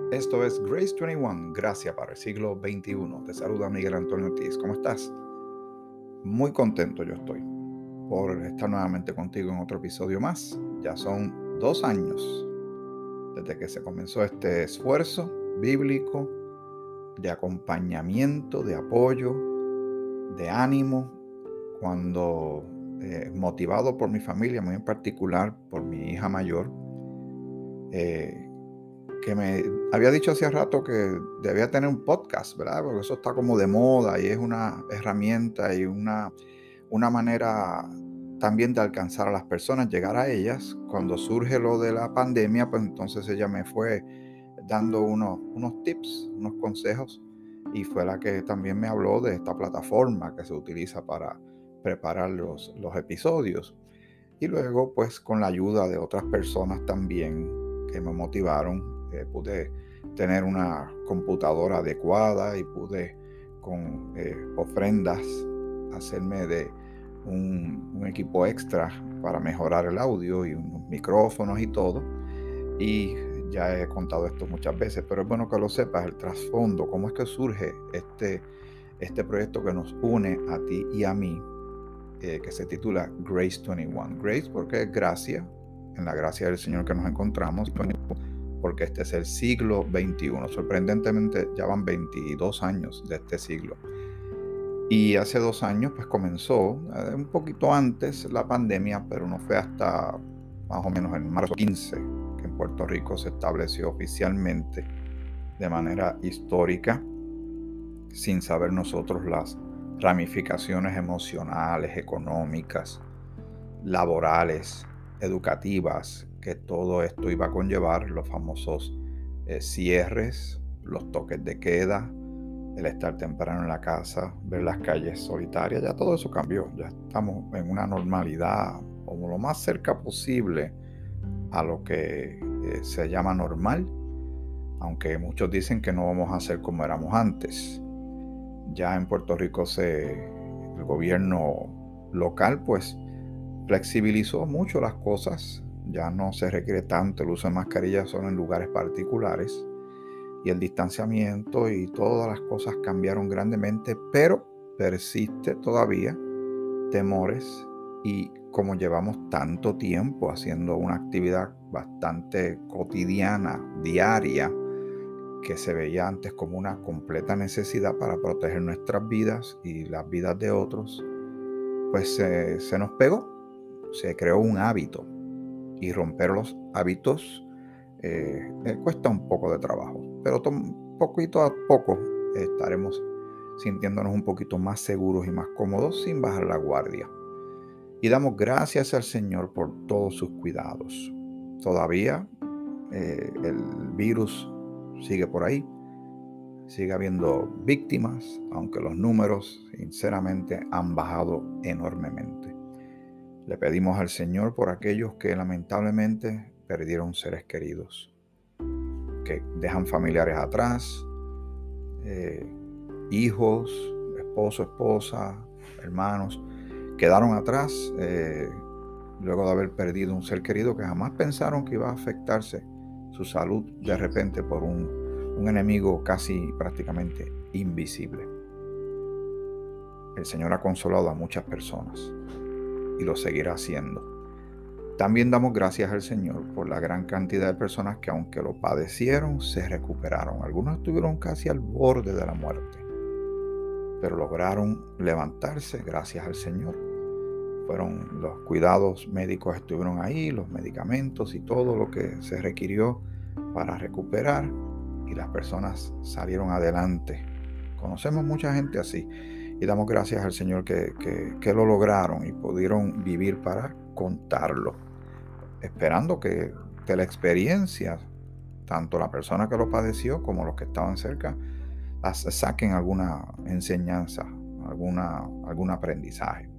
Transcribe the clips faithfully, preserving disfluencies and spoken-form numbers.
Esto es Grace veintiuno, Gracia para el siglo veintiuno. Te saluda Miguel Antonio Ortiz. ¿Cómo estás? Muy contento yo estoy por estar nuevamente contigo en otro episodio más. Ya son dos años desde que se comenzó este esfuerzo bíblico de acompañamiento, de apoyo, de ánimo, cuando eh, motivado por mi familia, muy en particular por mi hija mayor, eh, que me había dicho hace rato que debía tener un podcast, ¿verdad? Porque eso está como de moda y es una herramienta y una, una manera también de alcanzar a las personas, llegar a ellas. Cuando surge lo de la pandemia, pues entonces ella me fue dando unos, unos tips, unos consejos, y fue la que también me habló de esta plataforma que se utiliza para preparar los, los episodios. Y luego, pues con la ayuda de otras personas también que me motivaron, eh, pude tener una computadora adecuada y pude con eh, ofrendas hacerme de un, un equipo extra para mejorar el audio y unos micrófonos y todo. Y ya he contado esto muchas veces, pero es bueno que lo sepas, el trasfondo, cómo es que surge este, este proyecto que nos une a ti y a mí, eh, que se titula Grace veintiuno. Grace porque es gracia, en la gracia del Señor que nos encontramos, porque este es el siglo veintiuno. Sorprendentemente ya van veintidós años de este siglo. Y hace dos años pues comenzó, eh, un poquito antes la pandemia, pero no fue hasta más o menos en marzo quince que en Puerto Rico se estableció oficialmente de manera histórica, sin saber nosotros las ramificaciones emocionales, económicas, laborales, educativas, que todo esto iba a conllevar, los famosos eh, cierres, los toques de queda, el estar temprano en la casa, ver las calles solitarias. Ya todo eso cambió, ya estamos en una normalidad, como lo más cerca posible a lo que eh, se llama normal, aunque muchos dicen que no vamos a ser como éramos antes. Ya en Puerto Rico se, el gobierno local pues flexibilizó mucho las cosas, ya no se requiere tanto el uso de mascarillas solo en lugares particulares, y el distanciamiento y todas las cosas cambiaron grandemente, pero persiste todavía temores, y como llevamos tanto tiempo haciendo una actividad bastante cotidiana, diaria, que se veía antes como una completa necesidad para proteger nuestras vidas y las vidas de otros, pues eh, se nos pegó, se creó un hábito, y romper los hábitos eh, eh, cuesta un poco de trabajo, pero poquito a poco eh, estaremos sintiéndonos un poquito más seguros y más cómodos sin bajar la guardia. Y damos gracias al Señor por todos sus cuidados. Todavía eh, el virus sigue por ahí, sigue habiendo víctimas, aunque los números sinceramente han bajado enormemente. Le pedimos al Señor por aquellos que lamentablemente perdieron seres queridos, que dejan familiares atrás, eh, hijos, esposo, esposa, hermanos, quedaron atrás eh, luego de haber perdido un ser querido que jamás pensaron que iba a afectarse su salud de repente por un, un enemigo casi prácticamente invisible. El Señor ha consolado a muchas personas y lo seguirá haciendo. También damos gracias al Señor por la gran cantidad de personas que, aunque lo padecieron, se recuperaron. Algunos estuvieron casi al borde de la muerte, pero lograron levantarse gracias al Señor. Fueron los cuidados médicos, estuvieron ahí, los medicamentos y todo lo que se requirió para recuperar, y las personas salieron adelante. Conocemos mucha gente así, y damos gracias al Señor que, que, que lo lograron y pudieron vivir para contarlo, esperando que de la experiencia, tanto la persona que lo padeció como los que estaban cerca, saquen alguna enseñanza, alguna, algún aprendizaje.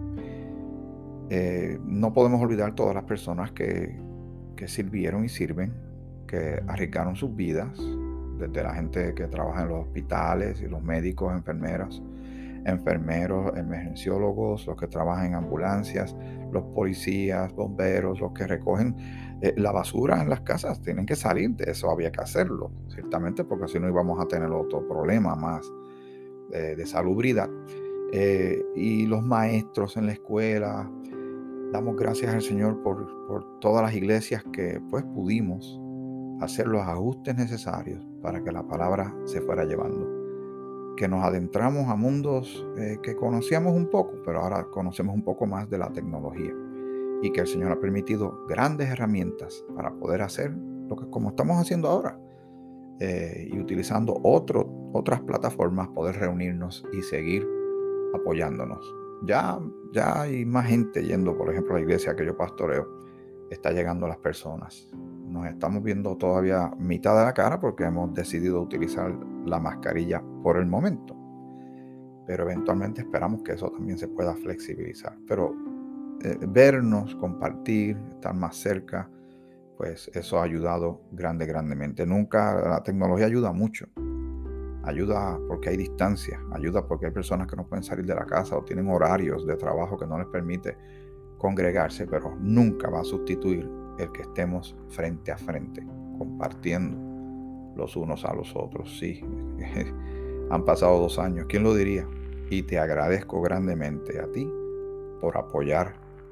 Eh, no podemos olvidar todas las personas que, que sirvieron y sirven, que arriesgaron sus vidas, desde la gente que trabaja en los hospitales y los médicos, enfermeras, enfermeros, emergenciólogos, los que trabajan en ambulancias, los policías, bomberos, los que recogen eh, la basura en las casas. Tienen que salir de eso, había que hacerlo, ciertamente, porque si no íbamos a tener otro problema más eh, de salubridad. Eh, y los maestros en la escuela. Damos gracias al Señor por, por todas las iglesias que pues pudimos hacer los ajustes necesarios para que la palabra se fuera llevando. Que nos adentramos a mundos eh, que conocíamos un poco, pero ahora conocemos un poco más de la tecnología. Y que el Señor ha permitido grandes herramientas para poder hacer lo que como estamos haciendo ahora. Eh, y utilizando otro, otras plataformas, poder reunirnos y seguir apoyándonos. Ya, ya hay más gente yendo, por ejemplo, a la iglesia que yo pastoreo, está llegando a las personas. Nos estamos viendo todavía mitad de la cara porque hemos decidido utilizar la mascarilla por el momento. Pero eventualmente esperamos que eso también se pueda flexibilizar. Pero eh, vernos, compartir, estar más cerca, pues eso ha ayudado grande, grandemente. Nunca, la tecnología ayuda mucho. Ayuda porque hay distancia, ayuda porque hay personas que no pueden salir de la casa o tienen horarios de trabajo que no les permite congregarse, pero nunca va a sustituir el que estemos frente a frente, compartiendo los unos a los otros. Sí, han pasado dos años, ¿quién lo diría? Y te agradezco grandemente a ti por apoyar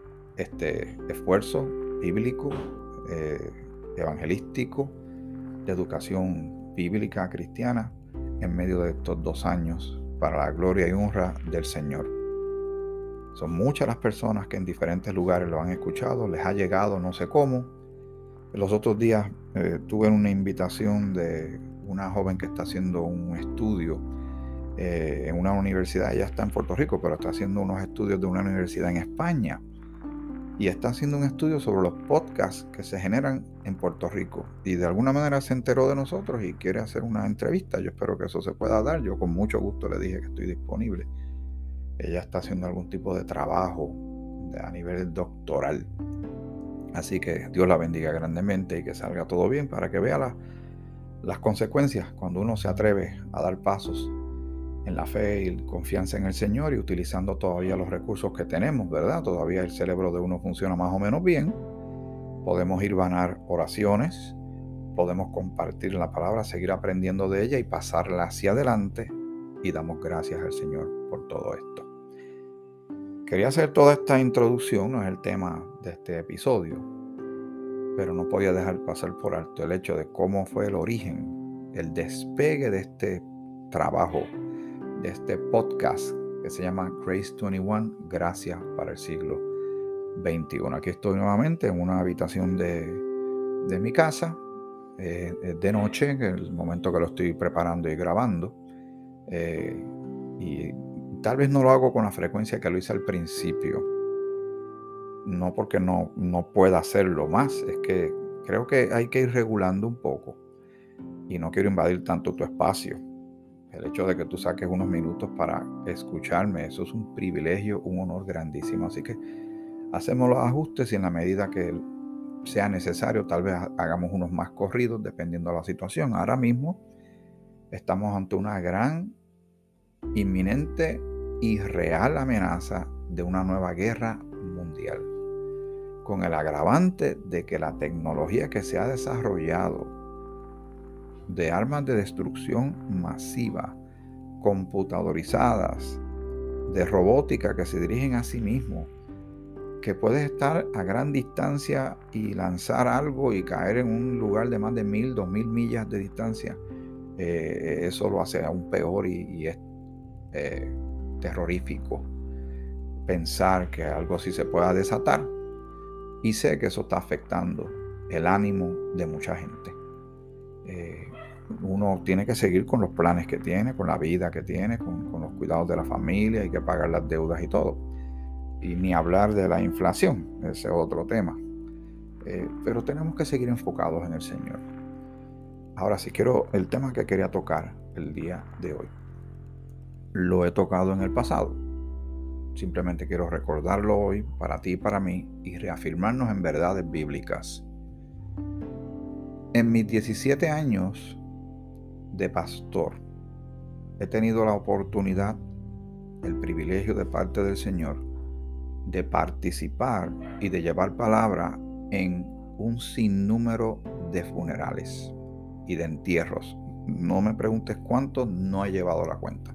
este esfuerzo bíblico, eh, evangelístico, de educación bíblica cristiana, en medio de estos dos años, para la gloria y honra del Señor. Son muchas las personas que en diferentes lugares lo han escuchado, les ha llegado no sé cómo. Los otros días eh, tuve una invitación de una joven que está haciendo un estudio eh, en una universidad. Ella está en Puerto Rico, pero está haciendo unos estudios de una universidad en España. Y está haciendo un estudio sobre los podcasts que se generan en Puerto Rico. Y de alguna manera se enteró de nosotros y quiere hacer una entrevista. Yo espero que eso se pueda dar. Yo con mucho gusto le dije que estoy disponible. Ella está haciendo algún tipo de trabajo de, a nivel doctoral. Así que Dios la bendiga grandemente y que salga todo bien para que vea la, las consecuencias cuando uno se atreve a dar pasos en la fe y confianza en el Señor y utilizando todavía los recursos que tenemos, ¿verdad? Todavía el cerebro de uno funciona más o menos bien. Podemos ir vanar oraciones, podemos compartir la palabra, seguir aprendiendo de ella y pasarla hacia adelante, y damos gracias al Señor por todo esto. Quería hacer toda esta introducción, no es el tema de este episodio, pero no podía dejar pasar por alto el hecho de cómo fue el origen, el despegue de este trabajo, de este podcast que se llama Grace veintiuno, Gracias para el siglo veintiuno. Aquí estoy nuevamente en una habitación de, de mi casa, eh, de noche, en el momento que lo estoy preparando y grabando. Eh, y tal vez no lo hago con la frecuencia que lo hice al principio. No porque no, no pueda hacerlo más, es que creo que hay que ir regulando un poco. Y no quiero invadir tanto tu espacio. El hecho de que tú saques unos minutos para escucharme, eso es un privilegio, un honor grandísimo. Así que hacemos los ajustes y en la medida que sea necesario, tal vez hagamos unos más corridos dependiendo de la situación. Ahora mismo estamos ante una gran, inminente y real amenaza de una nueva guerra mundial, con el agravante de que la tecnología que se ha desarrollado de armas de destrucción masiva, computadorizadas, de robótica que se dirigen a sí mismos, que puedes estar a gran distancia y lanzar algo y caer en un lugar de más de mil, dos mil millas de distancia, eh, eso lo hace aún peor y, y es eh, terrorífico pensar que algo así se pueda desatar. Y sé que eso está afectando el ánimo de mucha gente. Eh, uno tiene que seguir con los planes que tiene, con la vida que tiene, con, con los cuidados de la familia, hay que pagar las deudas y todo. Y ni hablar de la inflación, ese es otro tema. Eh, pero tenemos que seguir enfocados en el Señor. Ahora sí, quiero el tema que quería tocar el día de hoy. Lo he tocado en el pasado. Simplemente quiero recordarlo hoy para ti y para mí y reafirmarnos en verdades bíblicas. En mis diecisiete años de pastor, he tenido la oportunidad el privilegio de parte del Señor de participar y de llevar palabra en un sinnúmero de funerales y de entierros. No me preguntes cuántos, no he llevado la cuenta.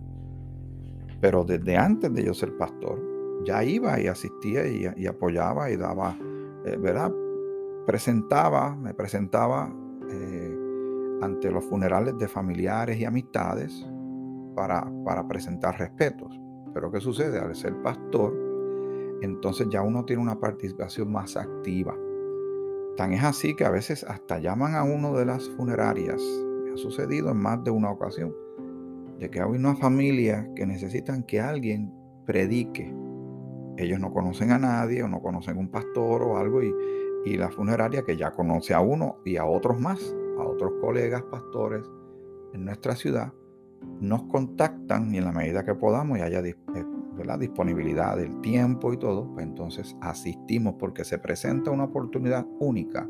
Pero desde antes de yo ser pastor, ya iba y asistía y, y apoyaba y daba, eh, ¿verdad? Presentaba, me presentaba eh, ante los funerales de familiares y amistades para, para presentar respetos. Pero ¿qué sucede? Al ser pastor, entonces ya uno tiene una participación más activa. Tan es así que a veces hasta llaman a uno de las funerarias. Me ha sucedido en más de una ocasión, de que hay una familia que necesitan que alguien predique. Ellos no conocen a nadie o no conocen un pastor o algo y, y la funeraria, que ya conoce a uno y a otros más, a otros colegas pastores en nuestra ciudad, nos contactan y en la medida que podamos y haya la disponibilidad del tiempo y todo, pues entonces asistimos porque se presenta una oportunidad única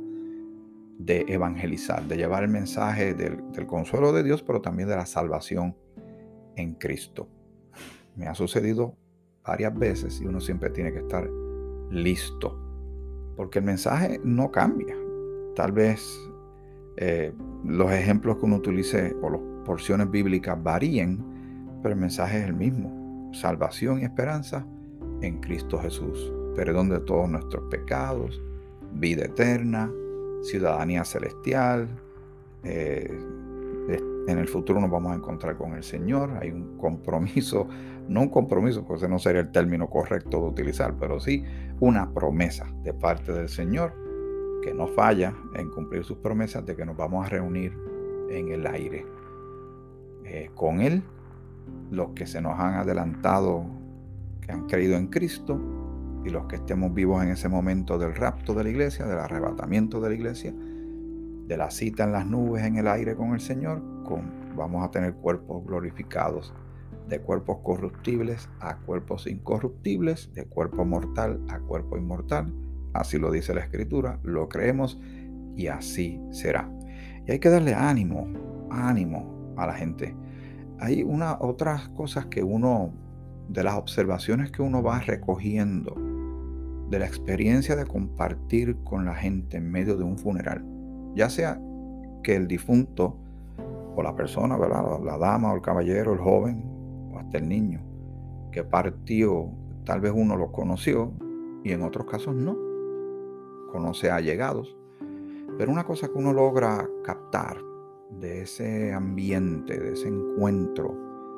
de evangelizar, de llevar el mensaje del, del consuelo de Dios, pero también de la salvación en Cristo. Me ha sucedido varias veces y uno siempre tiene que estar listo, porque el mensaje no cambia. Tal vez eh, los ejemplos que uno utilice o las porciones bíblicas varíen, pero el mensaje es el mismo: salvación y esperanza en Cristo Jesús, perdón de todos nuestros pecados, vida eterna, ciudadanía celestial. Eh, en el futuro nos vamos a encontrar con el Señor. Hay un compromiso, no un compromiso, porque ese no sería el término correcto de utilizar, pero sí una promesa de parte del Señor, que no falla en cumplir sus promesas, de que nos vamos a reunir en el aire eh, con Él, los que se nos han adelantado, que han creído en Cristo, y los que estemos vivos en ese momento del rapto de la iglesia, del arrebatamiento de la iglesia, de la cita en las nubes en el aire con el Señor, con, vamos a tener cuerpos glorificados, de cuerpos corruptibles a cuerpos incorruptibles, de cuerpo mortal a cuerpo inmortal. Así lo dice la Escritura, lo creemos y así será. Y hay que darle ánimo, ánimo a la gente. Hay una, otras cosas que uno, de las observaciones que uno va recogiendo de la experiencia de compartir con la gente en medio de un funeral, ya sea que el difunto o la persona, ¿verdad? La, la dama o el caballero, el joven o hasta el niño que partió, tal vez uno lo conoció y en otros casos no, conoce a allegados. Pero una cosa que uno logra captar de ese ambiente, de ese encuentro,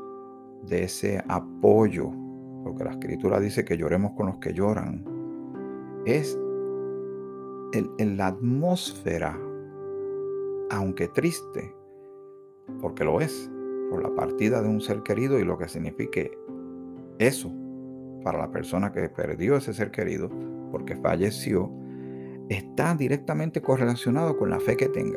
de ese apoyo, porque la Escritura dice que lloremos con los que lloran, es el, el, la atmósfera, aunque triste, porque lo es, por la partida de un ser querido y lo que signifique eso para la persona que perdió ese ser querido porque falleció, está directamente correlacionado con la fe que tenga.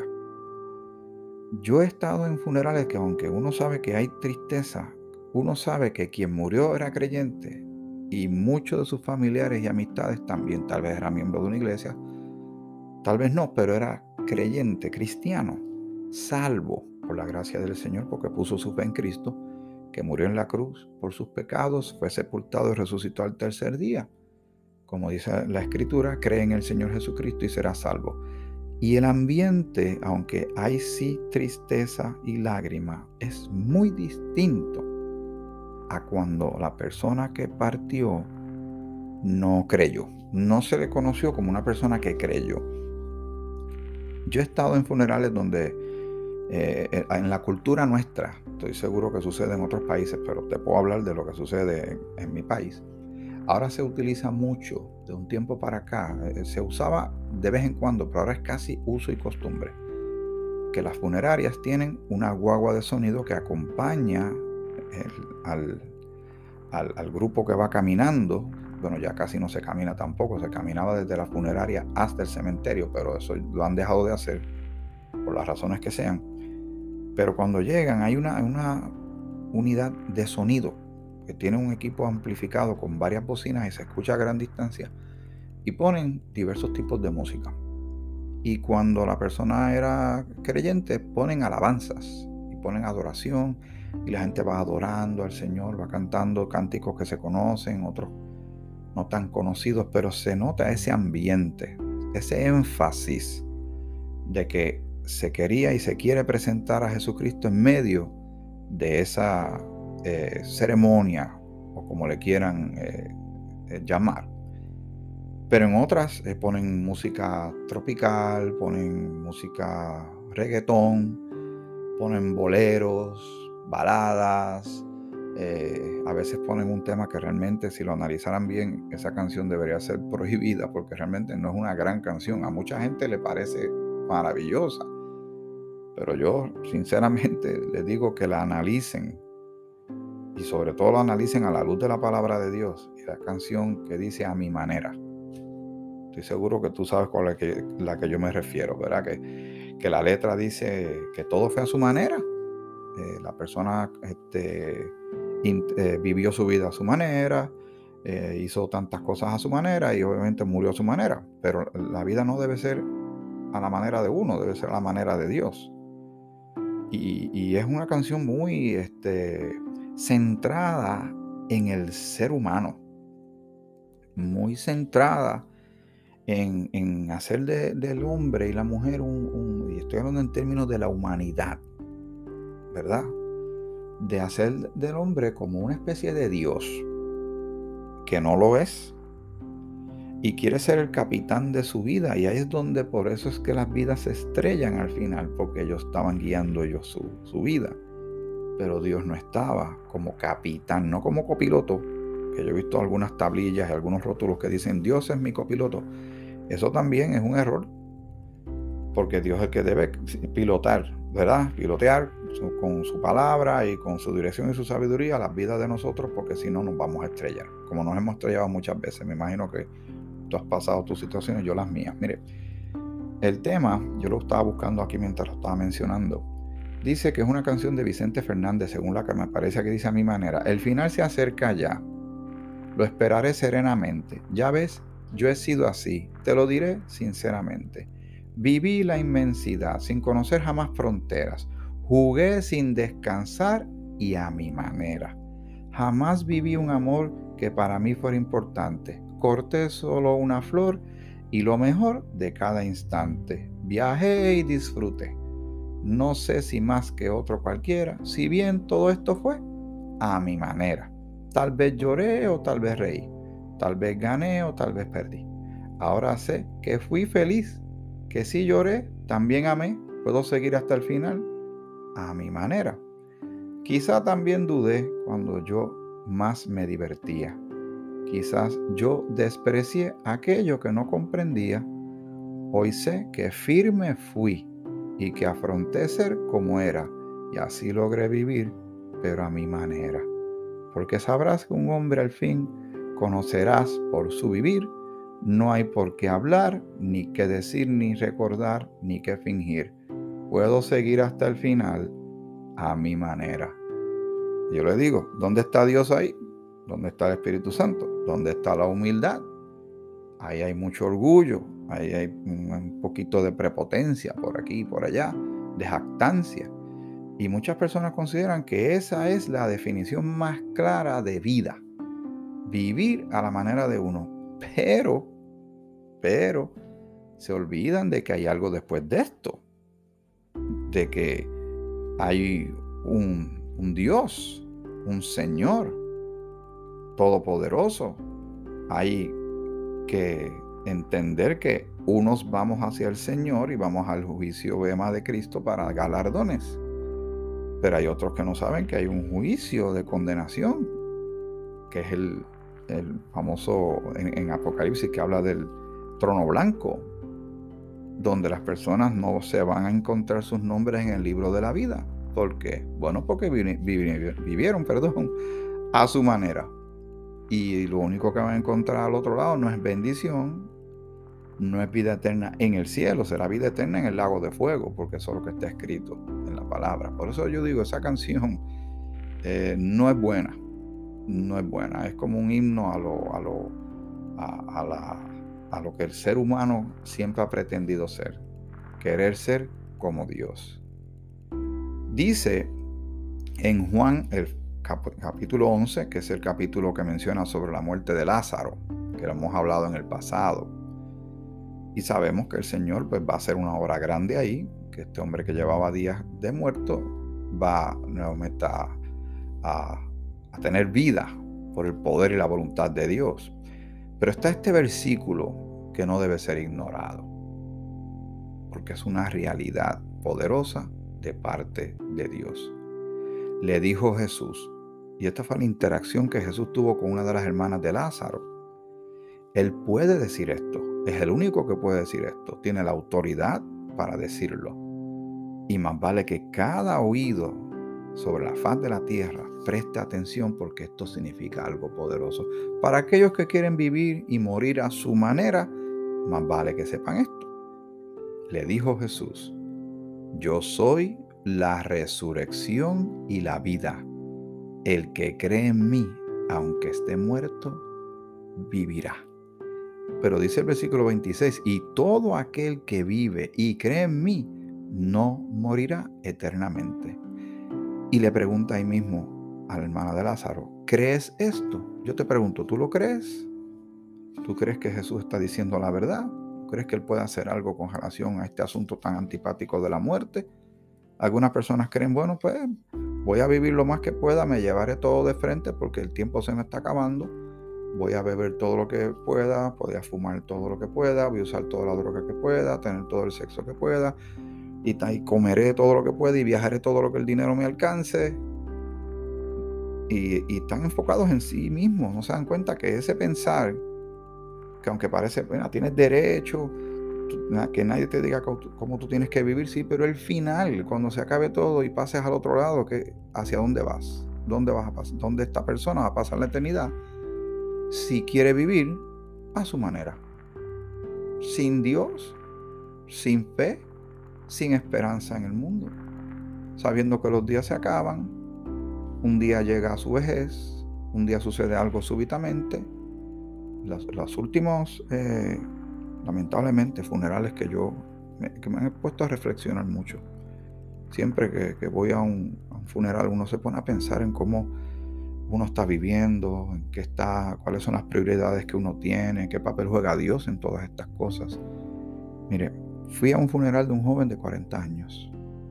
Yo he estado en funerales que, aunque uno sabe que hay tristeza, uno sabe que quien murió era creyente y muchos de sus familiares y amistades también, tal vez era miembro de una iglesia, tal vez no, pero era creyente, cristiano, salvo por la gracia del Señor, porque puso su fe en Cristo, que murió en la cruz por sus pecados, fue sepultado y resucitó al tercer día. Como dice la Escritura, cree en el Señor Jesucristo y será salvo. Y el ambiente, aunque hay sí tristeza y lágrima, es muy distinto a cuando la persona que partió no creyó. No se le conoció como una persona que creyó. Yo he estado en funerales donde eh, en la cultura nuestra, estoy seguro que sucede en otros países, pero te puedo hablar de lo que sucede en, en mi país. Ahora se utiliza mucho, de un tiempo para acá, eh, se usaba de vez en cuando, pero ahora es casi uso y costumbre, que las funerarias tienen una guagua de sonido que acompaña el, al, al, al grupo que va caminando. Bueno, ya casi no se camina tampoco, se caminaba desde la funeraria hasta el cementerio, pero eso lo han dejado de hacer por las razones que sean. Pero cuando llegan hay una, una unidad de sonido que tiene un equipo amplificado con varias bocinas y se escucha a gran distancia, y ponen diversos tipos de música. Y cuando la persona era creyente, ponen alabanzas y ponen adoración, y la gente va adorando al Señor, va cantando cánticos que se conocen, otros no tan conocidos, pero se nota ese ambiente, ese énfasis de que se quería y se quiere presentar a Jesucristo en medio de esa eh, ceremonia, o como le quieran eh, eh, llamar. Pero en otras eh, ponen música tropical, ponen música reggaetón, ponen boleros, baladas, eh, a veces ponen un tema que realmente, si lo analizaran bien, esa canción debería ser prohibida porque realmente no es una gran canción. A mucha gente le parece maravillosa, pero yo sinceramente les digo que la analicen, y sobre todo lo analicen a la luz de la palabra de Dios y la canción que dice a mi manera. Estoy seguro que tú sabes cuál es que, la que yo me refiero, ¿verdad? Que, que la letra dice que todo fue a su manera. Eh, la persona este, in, eh, vivió su vida a su manera, eh, hizo tantas cosas a su manera y obviamente murió a su manera. Pero la vida no debe ser a la manera de uno, debe ser a la manera de Dios. Y, y es una canción muy este, centrada en el ser humano, muy centrada En, en hacer de, del hombre y la mujer un, un, y estoy hablando en términos de la humanidad, ¿verdad? De hacer del hombre como una especie de Dios, que no lo es, y quiere ser el capitán de su vida, y ahí es donde por eso es que las vidas se estrellan al final, porque ellos estaban guiando ellos su, su vida, pero Dios no estaba como capitán, no como copiloto, que yo he visto algunas tablillas y algunos rótulos que dicen Dios es mi copiloto. Eso también es un error, porque Dios es el que debe pilotar, ¿verdad? Pilotear su, con su palabra y con su dirección y su sabiduría las vidas de nosotros, porque si no nos vamos a estrellar, como nos hemos estrellado muchas veces. Me imagino que tú has pasado tus situaciones, yo las mías. Mire, el tema, yo lo estaba buscando aquí mientras lo estaba mencionando, dice que es una canción de Vicente Fernández, según la que me parece que dice a mi manera: el final se acerca ya, lo esperaré serenamente, ya ves, yo he sido así, te lo diré sinceramente. Viví la inmensidad sin conocer jamás fronteras. Jugué sin descansar y a mi manera. Jamás viví un amor que para mí fuera importante. Corté solo una flor y lo mejor de cada instante. Viajé y disfruté. No sé si más que otro cualquiera, si bien todo esto fue a mi manera. Tal vez lloré o tal vez reí. Tal vez gané o tal vez perdí. Ahora sé que fui feliz, que si lloré, también amé, puedo seguir hasta el final a mi manera. Quizá también dudé cuando yo más me divertía. Quizás yo desprecié aquello que no comprendía. Hoy sé que firme fui y que afronté ser como era, y así logré vivir, pero a mi manera. Porque sabrás que un hombre al fin conocerás por su vivir. No hay por qué hablar, ni qué decir, ni recordar, ni qué fingir. Puedo seguir hasta el final a mi manera. Yo le digo, ¿dónde está Dios ahí? ¿Dónde está el Espíritu Santo? ¿Dónde está la humildad? Ahí hay mucho orgullo, ahí hay un poquito de prepotencia por aquí y por allá, de jactancia. Y muchas personas consideran que esa es la definición más clara de vida. Vivir a la manera de uno. Pero, pero, se olvidan de que hay algo después de esto. De que hay un, un Dios, un Señor todopoderoso. Hay que entender que unos vamos hacia el Señor y vamos al juicio bema de Cristo para galardones. Pero hay otros que no saben que hay un juicio de condenación, que es el, el famoso en, en Apocalipsis, que habla del trono blanco, donde las personas no se van a encontrar sus nombres en el libro de la vida. ¿Por qué? Bueno, porque vivieron, vivieron perdón, a su manera. Y lo único que van a encontrar al otro lado no es bendición, no es vida eterna en el cielo, será vida eterna en el lago de fuego, porque eso es lo que está escrito en la palabra. Por eso yo digo, esa canción eh, no es buena, no es buena, es como un himno a lo, a lo, a, a, la, a lo que el ser humano siempre ha pretendido ser, querer ser como Dios. Dice En Juan, el cap- capítulo once, que es el capítulo que menciona sobre la muerte de Lázaro, que lo hemos hablado en el pasado, y sabemos que el Señor pues, va a hacer una obra grande ahí, que este hombre que llevaba días de muerto va nuevamente a, a, a tener vida por el poder y la voluntad de Dios. Pero está este versículo que no debe ser ignorado, porque es una realidad poderosa de parte de Dios. Le dijo Jesús, y esta fue la interacción que Jesús tuvo con una de las hermanas de Lázaro. Él puede decir esto, es el único que puede decir esto, tiene la autoridad para decirlo. Y más vale que cada oído sobre la faz de la tierra preste atención, porque esto significa algo poderoso. Para aquellos que quieren vivir y morir a su manera, más vale que sepan esto. Le dijo Jesús, yo soy la resurrección y la vida. El que cree en mí, aunque esté muerto, vivirá. Pero dice el versículo veintiséis, y todo aquel que vive y cree en mí, no morirá eternamente. Y le pregunta ahí mismo a la hermana de Lázaro, ¿crees esto? Yo te pregunto, ¿tú lo crees? ¿Tú crees que Jesús está diciendo la verdad? ¿Crees que Él puede hacer algo con relación a este asunto tan antipático de la muerte? Algunas personas creen, bueno, pues voy a vivir lo más que pueda, me llevaré todo de frente porque el tiempo se me está acabando. Voy a beber todo lo que pueda, voy a fumar todo lo que pueda, voy a usar toda la droga que pueda, tener todo el sexo que pueda, y, y comeré todo lo que pueda y viajaré todo lo que el dinero me alcance. Y, y están enfocados en sí mismos, no se dan cuenta que ese pensar, que aunque parece, bueno, tienes derecho, que nadie te diga cómo tú tienes que vivir, sí, pero el final, cuando se acabe todo y pases al otro lado, ¿qué, ¿hacia dónde vas? ¿Dónde vas a pasar? ¿Dónde esta persona va a pasar la eternidad? Si quiere vivir a su manera, sin Dios, sin fe, sin esperanza en el mundo, sabiendo que los días se acaban, un día llega a su vejez, un día sucede algo súbitamente. Los, los últimos, eh, lamentablemente, funerales que yo me, que me han puesto a reflexionar mucho. Siempre que, que voy a un, a un funeral, uno se pone a pensar en cómo uno está viviendo, en qué está, cuáles son las prioridades que uno tiene, qué papel juega Dios en todas estas cosas. Mire, fui a un funeral de un joven de cuarenta años.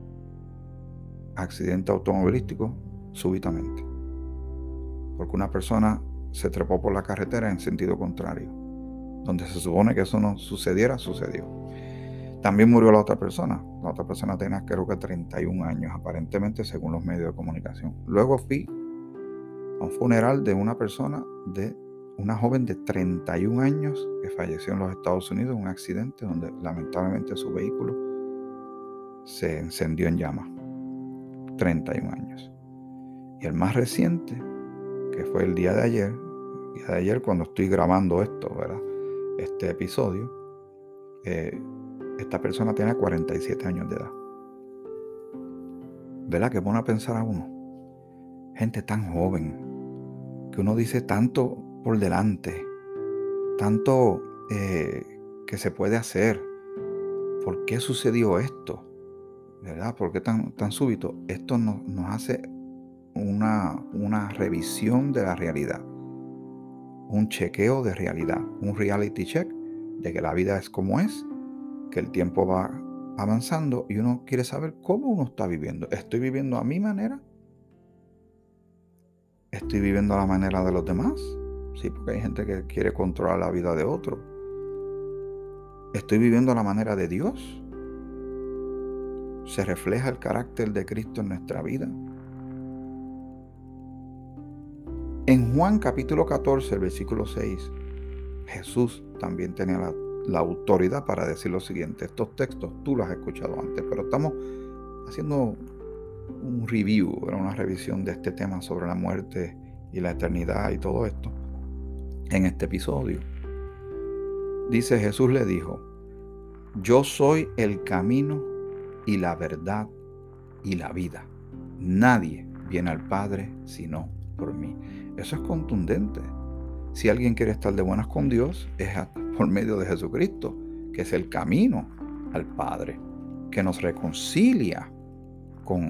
Accidente automovilístico súbitamente. Porque una persona se trepó por la carretera en sentido contrario. Donde se supone que eso no sucediera, sucedió. También murió la otra persona. La otra persona tenía, creo que treinta y un años, aparentemente, según los medios de comunicación. Luego fui a un funeral de una persona, de una joven de treinta y un años que falleció en los Estados Unidos en un accidente donde lamentablemente su vehículo se encendió en llamas. treinta y un años. Y el más reciente, que fue el día de ayer, el día de ayer cuando estoy grabando esto, ¿verdad? Este episodio, eh, esta persona tiene cuarenta y siete años de edad. ¿Verdad? Que pone a pensar a uno. Gente tan joven, que uno dice tanto por delante, tanto eh, que se puede hacer. ¿Por qué sucedió esto? ¿Verdad? ¿Por qué tan, tan súbito? Esto nos, nos hace una, una revisión de la realidad, un chequeo de realidad, un reality check de que la vida es como es, que el tiempo va avanzando y uno quiere saber cómo uno está viviendo. ¿Estoy viviendo a mi manera? ¿Estoy viviendo a la manera de los demás? Sí, porque hay gente que quiere controlar la vida de otro. ¿Estoy viviendo a la manera de Dios? ¿Se refleja el carácter de Cristo en nuestra vida? En Juan capítulo catorce, el versículo seis, Jesús también tenía la, la autoridad para decir lo siguiente. Estos textos tú los has escuchado antes, pero estamos haciendo un review, una revisión de este tema sobre la muerte y la eternidad y todo esto en este episodio. Dice, Jesús le dijo, yo soy el camino y la verdad y la vida. Nadie viene al Padre sino por mí. Eso es contundente. Si alguien quiere estar de buenas con Dios, es por medio de Jesucristo, que es el camino al Padre, que nos reconcilia con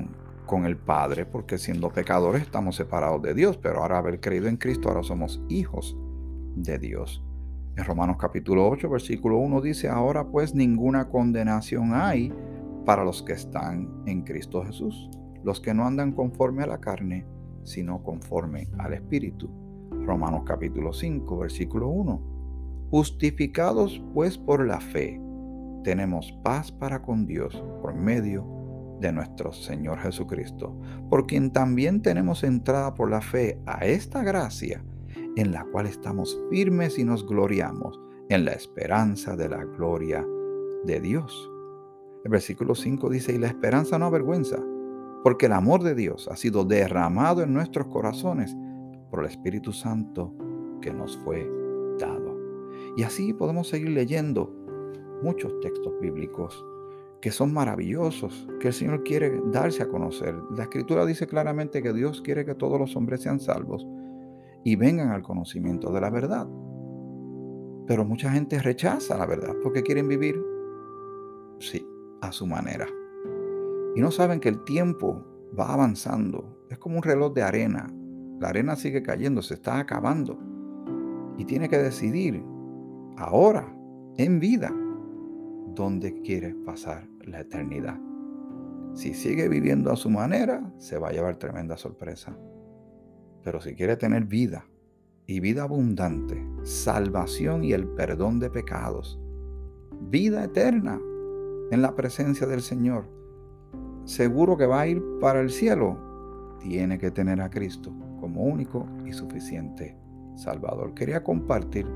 con el Padre, porque siendo pecadores estamos separados de Dios, pero ahora haber creído en Cristo, ahora somos hijos de Dios. En Romanos capítulo ocho, versículo uno dice, ahora pues ninguna condenación hay para los que están en Cristo Jesús, los que no andan conforme a la carne, sino conforme al Espíritu. Romanos capítulo cinco, versículo uno. Justificados pues por la fe, tenemos paz para con Dios por medio de nuestro Señor Jesucristo, por quien también tenemos entrada por la fe a esta gracia, en la cual estamos firmes y nos gloriamos en la esperanza de la gloria de Dios. El versículo cinco dice, y la esperanza no avergüenza, porque el amor de Dios ha sido derramado en nuestros corazones por el Espíritu Santo que nos fue dado. Y así podemos seguir leyendo muchos textos bíblicos que son maravillosos, que el Señor quiere darse a conocer. La Escritura dice claramente que Dios quiere que todos los hombres sean salvos y vengan al conocimiento de la verdad. Pero mucha gente rechaza la verdad porque quieren vivir, sí, a su manera. Y no saben que el tiempo va avanzando. Es como un reloj de arena. La arena sigue cayendo, se está acabando. Y tiene que decidir ahora, en vida, dónde quiere pasar la eternidad. Si sigue viviendo a su manera, se va a llevar tremenda sorpresa. Pero si quiere tener vida y vida abundante, salvación y el perdón de pecados, vida eterna en la presencia del Señor, seguro que va a ir para el cielo, tiene que tener a Cristo como único y suficiente Salvador. Quería compartir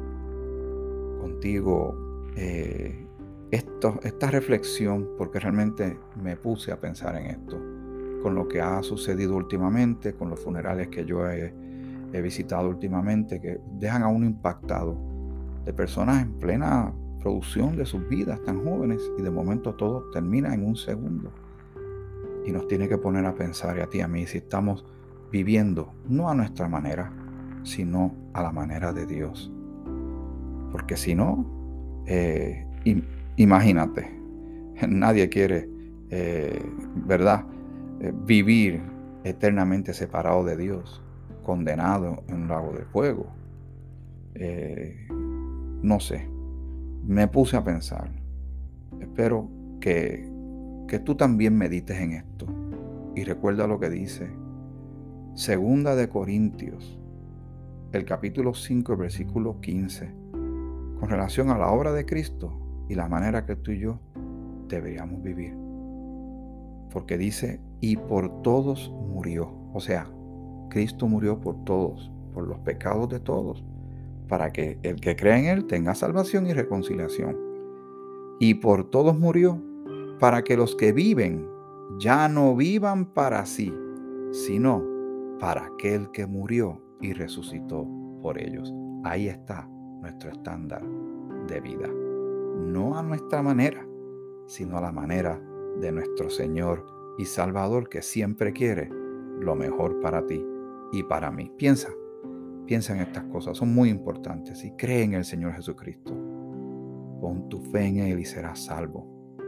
contigo eh, esto, esta reflexión porque realmente me puse a pensar en esto, con lo que ha sucedido últimamente, con los funerales que yo he, he visitado últimamente, que dejan a uno impactado, de personas en plena producción de sus vidas, tan jóvenes, y de momento todo termina en un segundo. Y nos tiene que poner a pensar, y a ti y a mí, si estamos viviendo no a nuestra manera, sino a la manera de Dios. Porque si no, eh, imagínate, nadie quiere, eh, ¿verdad?, eh, vivir eternamente separado de Dios, condenado en un lago de fuego. Eh, no sé, me puse a pensar. Espero que, que tú también medites en esto y recuerda lo que dice Segunda de Corintios, el capítulo cinco, el versículo quince, con relación a la obra de Cristo y la manera que tú y yo deberíamos vivir. Porque dice, y por todos murió. O sea, Cristo murió por todos, por los pecados de todos, para que el que crea en Él tenga salvación y reconciliación. Y por todos murió, para que los que viven ya no vivan para sí, sino para aquel que murió y resucitó por ellos. Ahí está nuestro estándar de vida. No a nuestra manera, sino a la manera de nuestro Señor y Salvador, que siempre quiere lo mejor para ti y para mí. Piensa, piensa en estas cosas, son muy importantes, y cree en el Señor Jesucristo. Pon tu fe en Él y serás salvo.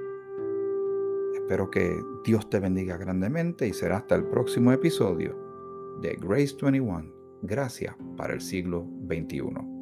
Espero que Dios te bendiga grandemente y será hasta el próximo episodio de Grace veintiuno, Gracia para el siglo veintiuno.